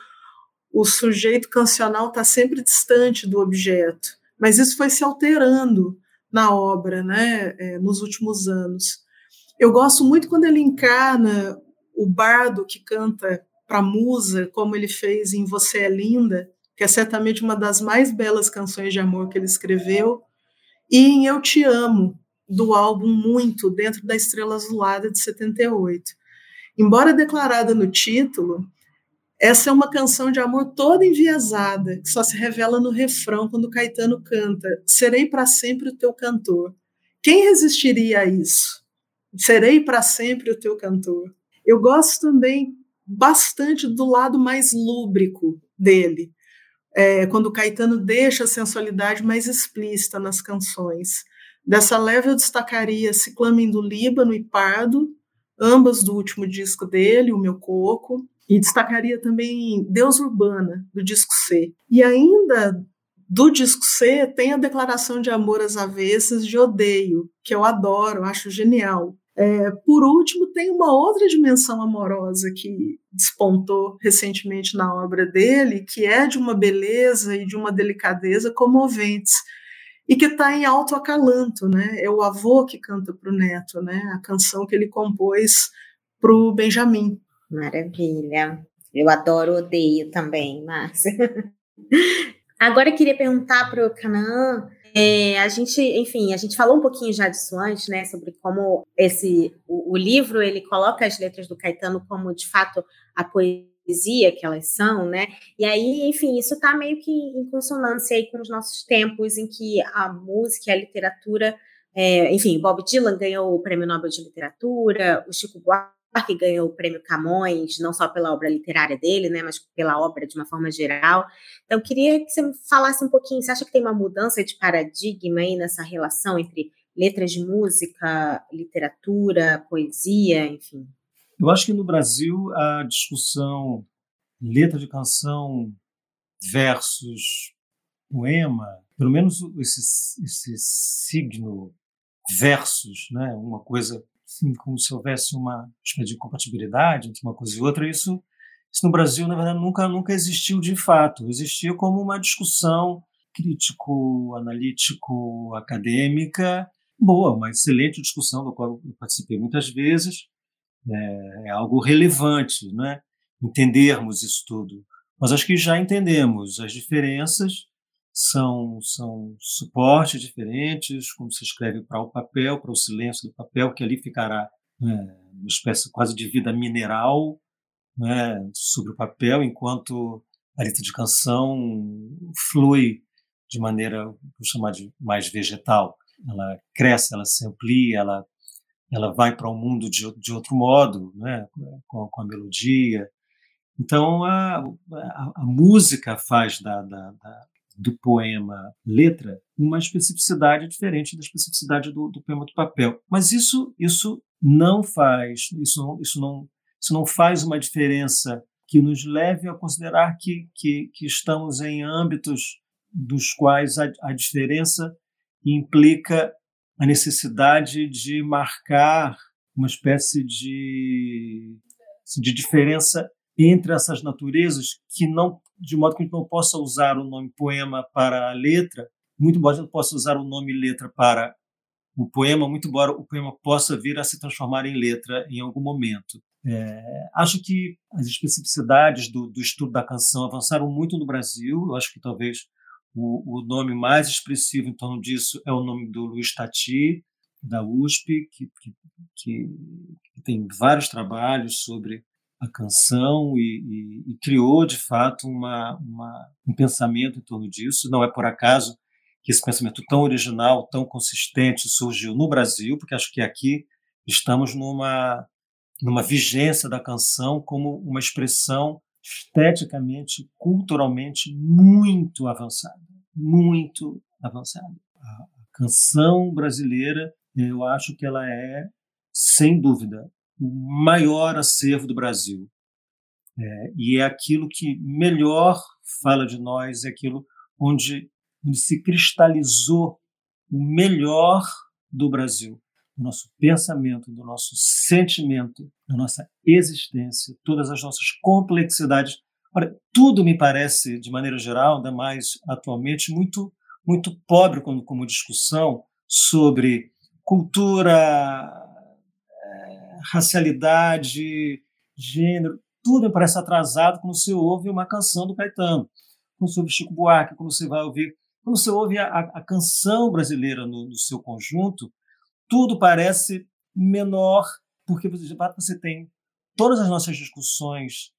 o sujeito cancional está sempre distante do objeto, mas isso foi se alterando na obra, né? Nos últimos anos. Eu gosto muito quando ele encarna o bardo que canta para a musa, como ele fez em Você é Linda, que é certamente uma das mais belas canções de amor que ele escreveu, e em Eu Te Amo, do álbum Muito, Dentro da Estrela Azulada, de 78. Embora declarada no título, Essa é uma canção de amor toda enviesada, que só se revela no refrão quando Caetano canta: serei para sempre o teu cantor. Quem resistiria a isso? Serei para sempre o teu cantor. Eu gosto também bastante do lado mais lúbrico dele, quando Caetano deixa a sensualidade mais explícita nas canções. Dessa leve eu destacaria Ciclamen do Líbano e Pardo, ambas do último disco dele, O Meu Coco, e destacaria também Deus Urbana, do disco C. E ainda do disco C tem a declaração de amor às avessas de Odeio, que eu adoro, acho genial. Por último, tem uma outra dimensão amorosa que despontou recentemente na obra dele, que é de uma beleza e de uma delicadeza comoventes, e que está em alto acalanto, né? É o avô que canta para o neto, né? A canção que ele compôs para o Benjamin. Maravilha. Eu adoro Odeio também, Márcia. Agora eu queria perguntar para o Canaã, a gente falou um pouquinho já disso antes, né, sobre como o livro ele coloca as letras do Caetano como, de fato, a poesia que elas são, né, e aí, enfim, isso está meio que em consonância aí com os nossos tempos em que a música e a literatura, enfim, Bob Dylan ganhou o Prêmio Nobel de Literatura, o Chico Buarque que ganhou o Prêmio Camões, não só pela obra literária dele, né, mas pela obra de uma forma geral. Então, eu queria que você me falasse um pouquinho, você acha que tem uma mudança de paradigma aí nessa relação entre letras de música, literatura, poesia, enfim? Eu acho que no Brasil a discussão letra de canção versus poema, pelo menos esse signo versus, né, uma coisa assim, como se houvesse uma espécie de compatibilidade entre uma coisa e outra, isso no Brasil, na verdade, nunca existiu de fato. Existia como uma discussão crítico, analítico, acadêmica, boa, uma excelente discussão, da qual eu participei muitas vezes. É algo relevante, né? Entendermos isso tudo. Mas acho que já entendemos. As diferenças são suportes diferentes, como se escreve para o papel, para o silêncio do papel, que ali ficará uma espécie quase de vida mineral, né, sobre o papel, enquanto a letra de canção flui de maneira, vou chamar de mais vegetal. Ela cresce, ela se amplia, ela vai para o mundo de outro modo, né, com a melodia. Então, a música faz do poema letra uma especificidade diferente da especificidade do poema do papel. Mas isso não faz uma diferença que nos leve a considerar que estamos em âmbitos dos quais a diferença implica a necessidade de marcar uma espécie de diferença entre essas naturezas, que não, de modo que a gente não possa usar o nome poema para a letra, muito embora a gente possa usar o nome letra para o poema, muito embora o poema possa vir a se transformar em letra em algum momento. Acho que as especificidades do estudo da canção avançaram muito no Brasil. Eu acho que talvez o nome mais expressivo em torno disso é o nome do Luiz Tati, da USP, que tem vários trabalhos sobre a canção e criou, de fato, um pensamento em torno disso. Não é por acaso que esse pensamento tão original, tão consistente surgiu no Brasil, porque acho que aqui estamos numa vigência da canção como uma expressão esteticamente, culturalmente muito avançada, muito avançada. A canção brasileira, eu acho que ela é, sem dúvida, o maior acervo do Brasil. E é aquilo que melhor fala de nós, é aquilo onde se cristalizou o melhor do Brasil, do nosso pensamento, do nosso sentimento, da nossa existência, todas as nossas complexidades. Olha, tudo me parece, de maneira geral, ainda mais atualmente, muito, muito pobre como discussão sobre cultura, racialidade, gênero. Tudo me parece atrasado quando você ouve uma canção do Caetano, quando você ouve Chico Buarque, quando você vai ouvir, quando você ouve a canção brasileira no seu conjunto, tudo parece menor, porque você tem todas as nossas discussões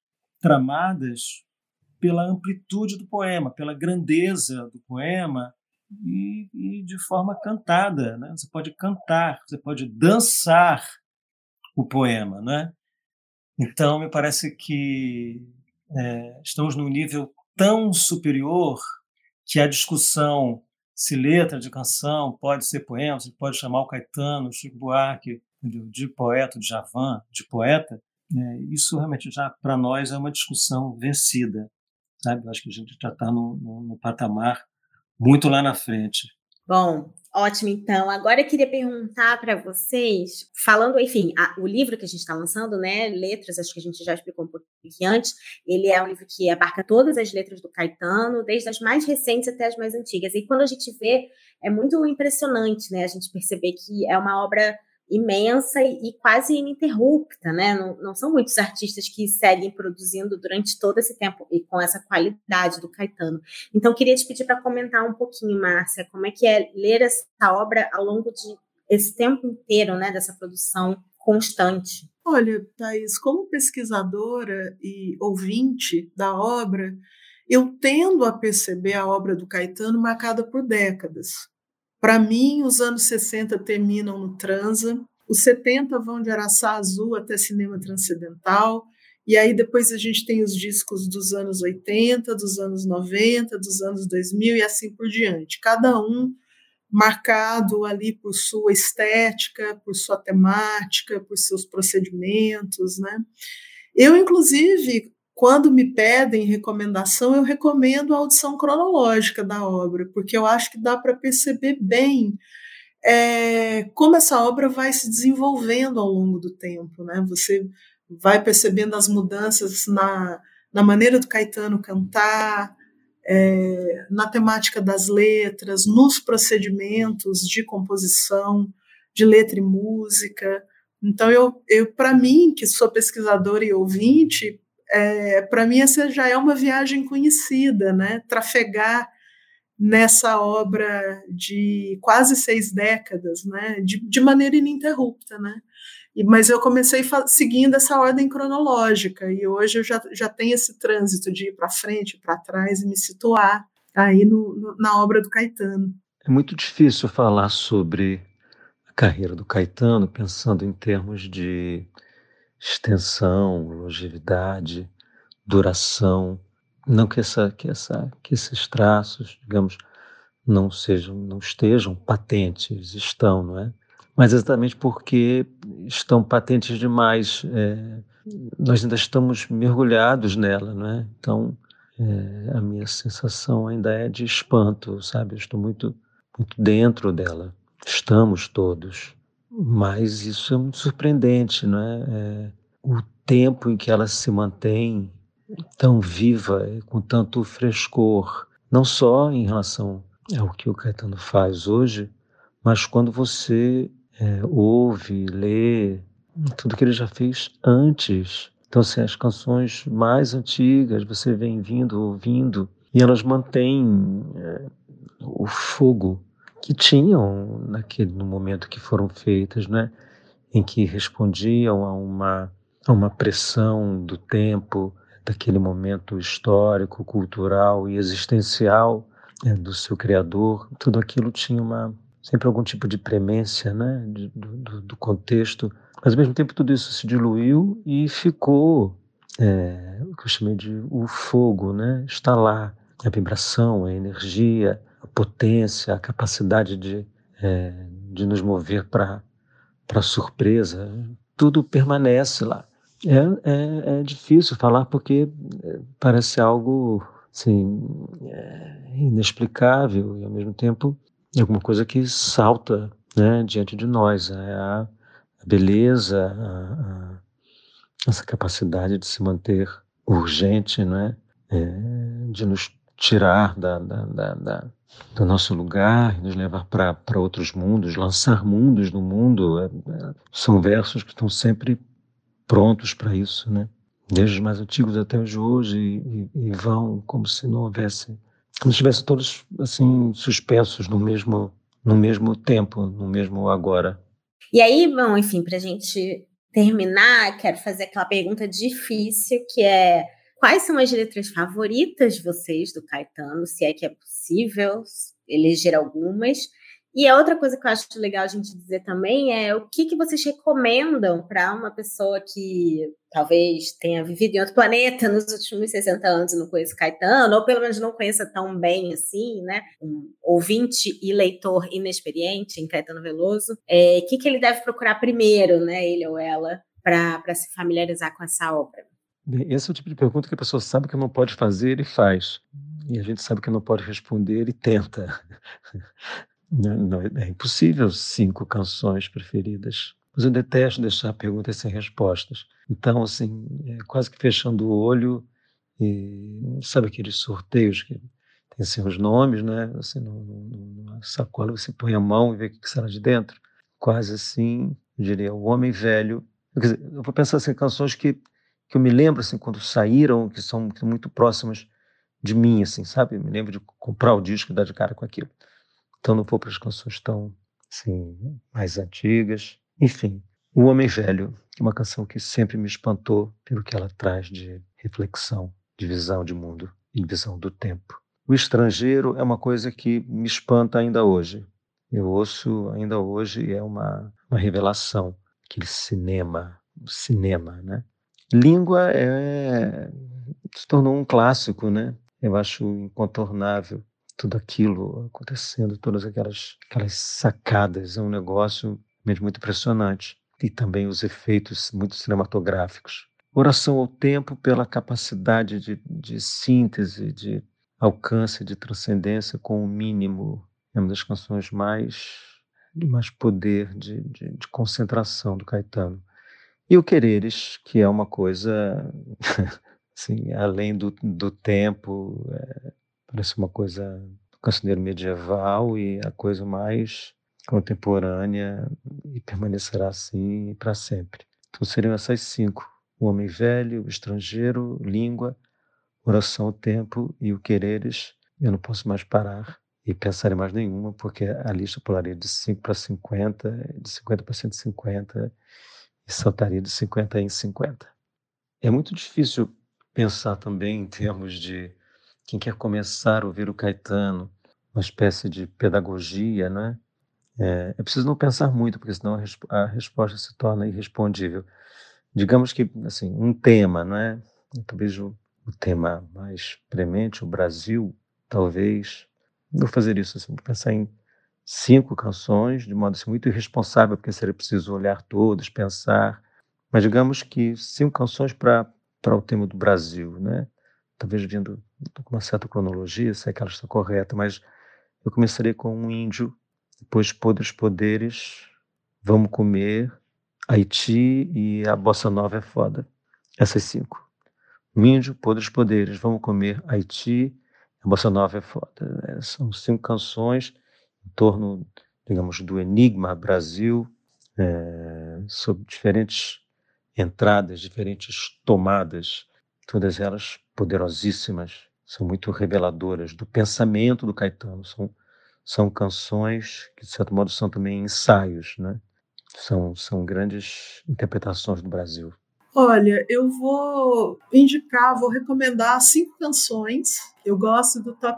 tramadas pela amplitude do poema, pela grandeza do poema e de forma cantada, né? Você pode cantar, você pode dançar o poema, né? Então, me parece que estamos num nível tão superior que a discussão se letra de canção pode ser poema, você pode chamar o Caetano, o Chico Buarque de poeta, de Djavan, de poeta, isso realmente já para nós é uma discussão vencida, sabe? Eu acho que a gente já está no patamar muito lá na frente. Bom, ótimo. Então, agora eu queria perguntar para vocês, falando, enfim, o livro que a gente está lançando, né, Letras, acho que a gente já explicou um pouquinho antes, ele é um livro que abarca todas as letras do Caetano, desde as mais recentes até as mais antigas. E quando a gente vê, é muito impressionante, né, a gente perceber que é uma obra imensa e quase ininterrupta, né? Não são muitos artistas que seguem produzindo durante todo esse tempo e com essa qualidade do Caetano. Então, queria te pedir para comentar um pouquinho, Márcia, como é que é ler essa obra ao longo de esse tempo inteiro, né? Dessa produção constante. Olha, Thaís, como pesquisadora e ouvinte da obra, eu tendo a perceber a obra do Caetano marcada por décadas. Para mim, os anos 60 terminam no Transa, os 70 vão de Araçá Azul até Cinema Transcendental, e aí depois a gente tem os discos dos anos 80, dos anos 90, dos anos 2000 e assim por diante. Cada um marcado ali por sua estética, por sua temática, por seus procedimentos, né? Eu, inclusive, quando me pedem recomendação, eu recomendo a audição cronológica da obra, porque eu acho que dá para perceber bem como essa obra vai se desenvolvendo ao longo do tempo, né? Você vai percebendo as mudanças na maneira do Caetano cantar, na temática das letras, nos procedimentos de composição, de letra e música. Então, eu para mim, que sou pesquisadora e ouvinte, para mim essa já é uma viagem conhecida, né? Trafegar nessa obra de quase 6 décadas, né? De maneira ininterrupta, né? Mas eu comecei seguindo essa ordem cronológica e hoje eu já tenho esse trânsito de ir para frente, para trás e me situar aí na obra do Caetano. É muito difícil falar sobre a carreira do Caetano pensando em termos de extensão, longevidade, duração. Não que esses traços, digamos, não estejam patentes, estão, não é? Mas exatamente porque estão patentes demais, nós ainda estamos mergulhados nela, não é? Então, a minha sensação ainda é de espanto, sabe? Eu estou muito, muito dentro dela. Estamos todos, mas isso é muito surpreendente, não é? O tempo em que ela se mantém tão viva, com tanto frescor, não só em relação ao que o Caetano faz hoje, mas quando você ouve, lê, tudo que ele já fez antes. Então, assim, as canções mais antigas, você vem vindo, ouvindo, e elas mantêm o fogo que tinham no momento que foram feitas, né? Em que respondiam a uma pressão do tempo, daquele momento histórico, cultural e existencial do seu criador. Tudo aquilo tinha sempre algum tipo de premência, né, do contexto, mas ao mesmo tempo tudo isso se diluiu e ficou o que eu chamei de o fogo, né, está lá, a vibração, a energia, a potência, a capacidade de nos mover para a surpresa, tudo permanece lá. É difícil falar porque parece algo assim, inexplicável e ao mesmo tempo é alguma coisa que salta, né, diante de nós. A beleza, essa capacidade de se manter urgente, né, de nos tirar do nosso lugar, nos levar para outros mundos, lançar mundos no mundo. São versos que estão sempre prontos para isso, né? Desde os mais antigos até os de hoje e vão como se não houvesse, como se estivessem todos assim suspensos no mesmo tempo, no mesmo agora. E aí, bom, enfim, para a gente terminar, quero fazer aquela pergunta difícil que é Quais são as letras favoritas de vocês do Caetano, se é que é possível eleger algumas? E a outra coisa que eu acho legal a gente dizer também é o que vocês recomendam para uma pessoa que talvez tenha vivido em outro planeta nos últimos 60 anos e não conheça Caetano, ou pelo menos não conheça tão bem assim, né? Um ouvinte e leitor inexperiente em Caetano Veloso. O que ele deve procurar primeiro, né? Ele ou ela, para se familiarizar com essa obra? Bem, esse é o tipo de pergunta que a pessoa sabe que não pode fazer e faz. E a gente sabe que não pode responder e tenta. Não, é impossível 5 canções preferidas. Mas eu detesto deixar perguntas sem respostas. Então, assim, quase que fechando o olho, e sabe aqueles sorteios que tem assim, os nomes, né? Assim, numa sacola você põe a mão e vê o que será de dentro. Quase assim, eu diria, O Homem Velho. Quer dizer, eu vou pensar assim, canções que eu me lembro assim, quando saíram, que são muito próximas de mim, assim, sabe? Eu me lembro de comprar o disco e dar de cara com aquilo. Então não vou para as canções tão assim, mais antigas. Enfim, O Homem Velho, é uma canção que sempre me espantou pelo que ela traz de reflexão, de visão de mundo e visão do tempo. O Estrangeiro é uma coisa que me espanta ainda hoje. Eu ouço ainda hoje e é uma revelação. Aquele cinema, né? Língua se tornou um clássico, né? Eu acho incontornável tudo aquilo acontecendo, todas aquelas sacadas, é um negócio mesmo muito impressionante. E também os efeitos muito cinematográficos. Oração ao Tempo pela capacidade de síntese, de alcance, de transcendência com o mínimo. É uma das canções de mais poder, de concentração do Caetano. E o Quereres, que é uma coisa assim, além do tempo, parece uma coisa do cancioneiro medieval e a coisa mais contemporânea e permanecerá assim para sempre. Então seriam essas 5: O Homem Velho, O Estrangeiro, Língua, Oração ao Tempo e o Quereres. Eu não posso mais parar e pensar em mais nenhuma, porque a lista pularia de 5 para 50, de 50 para 150 e saltaria de 50 em 50. É muito difícil pensar também em termos de quem quer começar a ouvir o Caetano, uma espécie de pedagogia, né? É preciso não pensar muito, porque senão a resposta se torna irrespondível. Digamos que, assim, um tema, não é? Talvez o tema mais premente, o Brasil, talvez. Vou fazer isso, assim, vou pensar em 5 canções, de modo assim, muito irresponsável, porque seria preciso olhar todas, pensar. Mas digamos que 5 canções para o tema do Brasil, né? Talvez vindo com uma certa cronologia, se é que elas estão corretas, mas eu começaria com Um Índio, depois Podres Poderes, Vamos Comer, Haiti e A Bossa Nova é Foda. Essas 5. Um Índio, Podres Poderes, Vamos Comer, Haiti, A Bossa Nova é Foda. São 5 canções em torno, digamos, do enigma Brasil, sob diferentes entradas, diferentes tomadas, todas elas poderosíssimas, são muito reveladoras do pensamento do Caetano. São canções que, de certo modo, são também ensaios, né? São grandes interpretações do Brasil. Olha, eu vou recomendar 5 canções. Eu gosto do top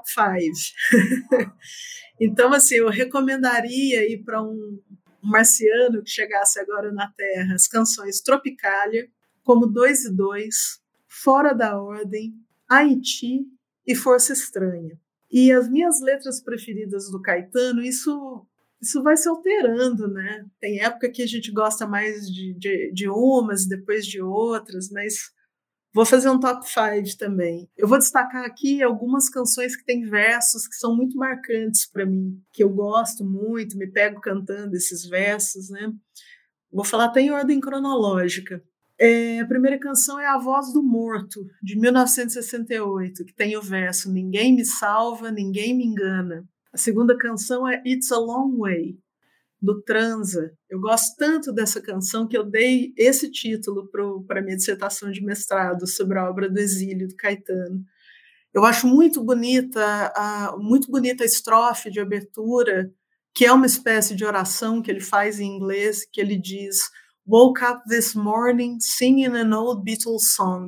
5. Então, assim, eu recomendaria ir para um marciano que chegasse agora na Terra as canções Tropicália, como 2 e 2, Fora da Ordem, Haiti e Força Estranha. E as minhas letras preferidas do Caetano, isso vai se alterando, né? Tem época que a gente gosta mais de umas, depois de outras, mas vou fazer um top 5 também. Eu vou destacar aqui algumas canções que têm versos que são muito marcantes para mim, que eu gosto muito, me pego cantando esses versos, né? Vou falar até em ordem cronológica. A primeira canção é A Voz do Morto, de 1968, que tem o verso Ninguém me salva, ninguém me engana. A segunda canção é It's a Long Way, do Transa. Eu gosto tanto dessa canção que eu dei esse título para a minha dissertação de mestrado sobre a obra do Exílio, do Caetano. Eu acho muito bonita a estrofe de abertura, que é uma espécie de oração que ele faz em inglês, que ele diz: Woke up this morning singing an old Beatles song,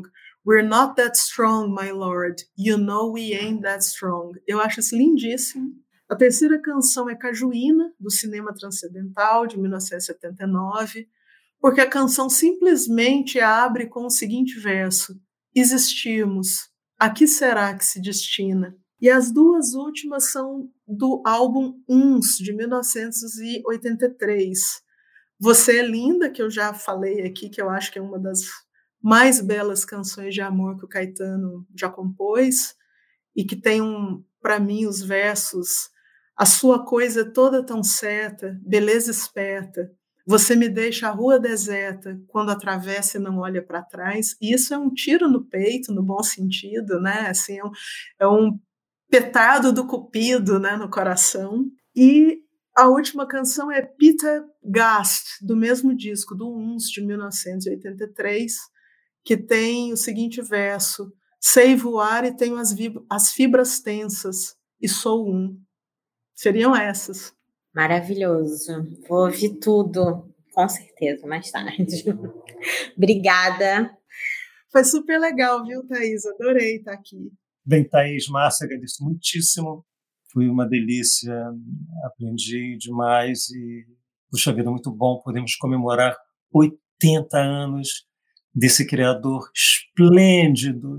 We're not that strong, my lord. You know we ain't that strong. Eu acho isso lindíssimo. A terceira canção é Cajuína, do Cinema Transcendental, de 1979, porque a canção simplesmente abre com o seguinte verso: existimos, a que será que se destina? E as duas últimas são do álbum Uns, de 1983. Você é Linda, que eu já falei aqui, que eu acho que é uma das mais belas canções de amor que o Caetano já compôs, e que tem, para mim, os versos: a sua coisa toda tão certa, beleza esperta, você me deixa a rua deserta, quando atravessa e não olha para trás. E isso é um tiro no peito, no bom sentido, né? Assim, é um petardo do cupido, né, no coração. E a última canção é Peter Gast, do mesmo disco, do Uns, de 1983, que tem o seguinte verso: sei voar e tenho as fibras tensas, e sou um. Seriam essas. Maravilhoso. Vou ouvir tudo, com certeza, mais tarde. Obrigada. Foi super legal, viu, Thaís? Adorei estar aqui. Bem, Thaís, Márcia, agradeço muitíssimo. Foi uma delícia, aprendi demais e, puxa vida, muito bom. Podemos comemorar 80 anos desse criador esplêndido.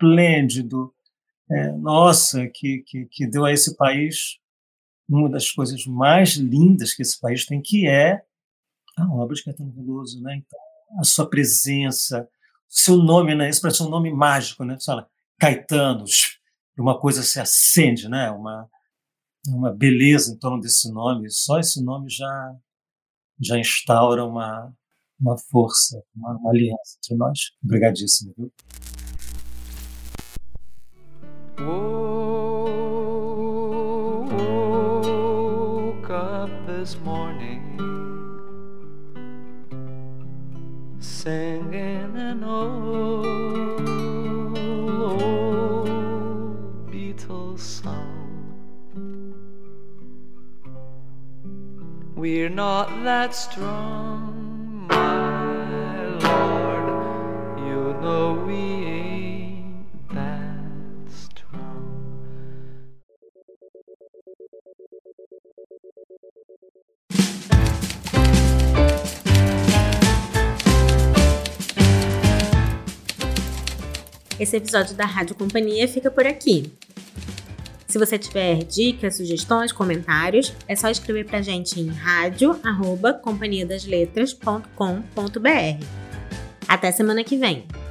Nossa, que deu a esse país uma das coisas mais lindas que esse país tem, que é a obra de Caetano Veloso, né? Então, a sua presença, o seu nome, né? Esse parece um nome mágico, né? Você fala Caetano, uma coisa se acende, né? Uma beleza em torno desse nome. Só esse nome já instaura uma força, uma aliança entre nós. Obrigadíssimo, viu? Woke up this morning singing an old Beatles song. We're not that strong, my Lord. You know we ain't that strong. Esse episódio da Rádio Companhia fica por aqui. Se você tiver dicas, sugestões, comentários, é só escrever pra gente em radio@companhiadasletras.com.br. Até semana que vem!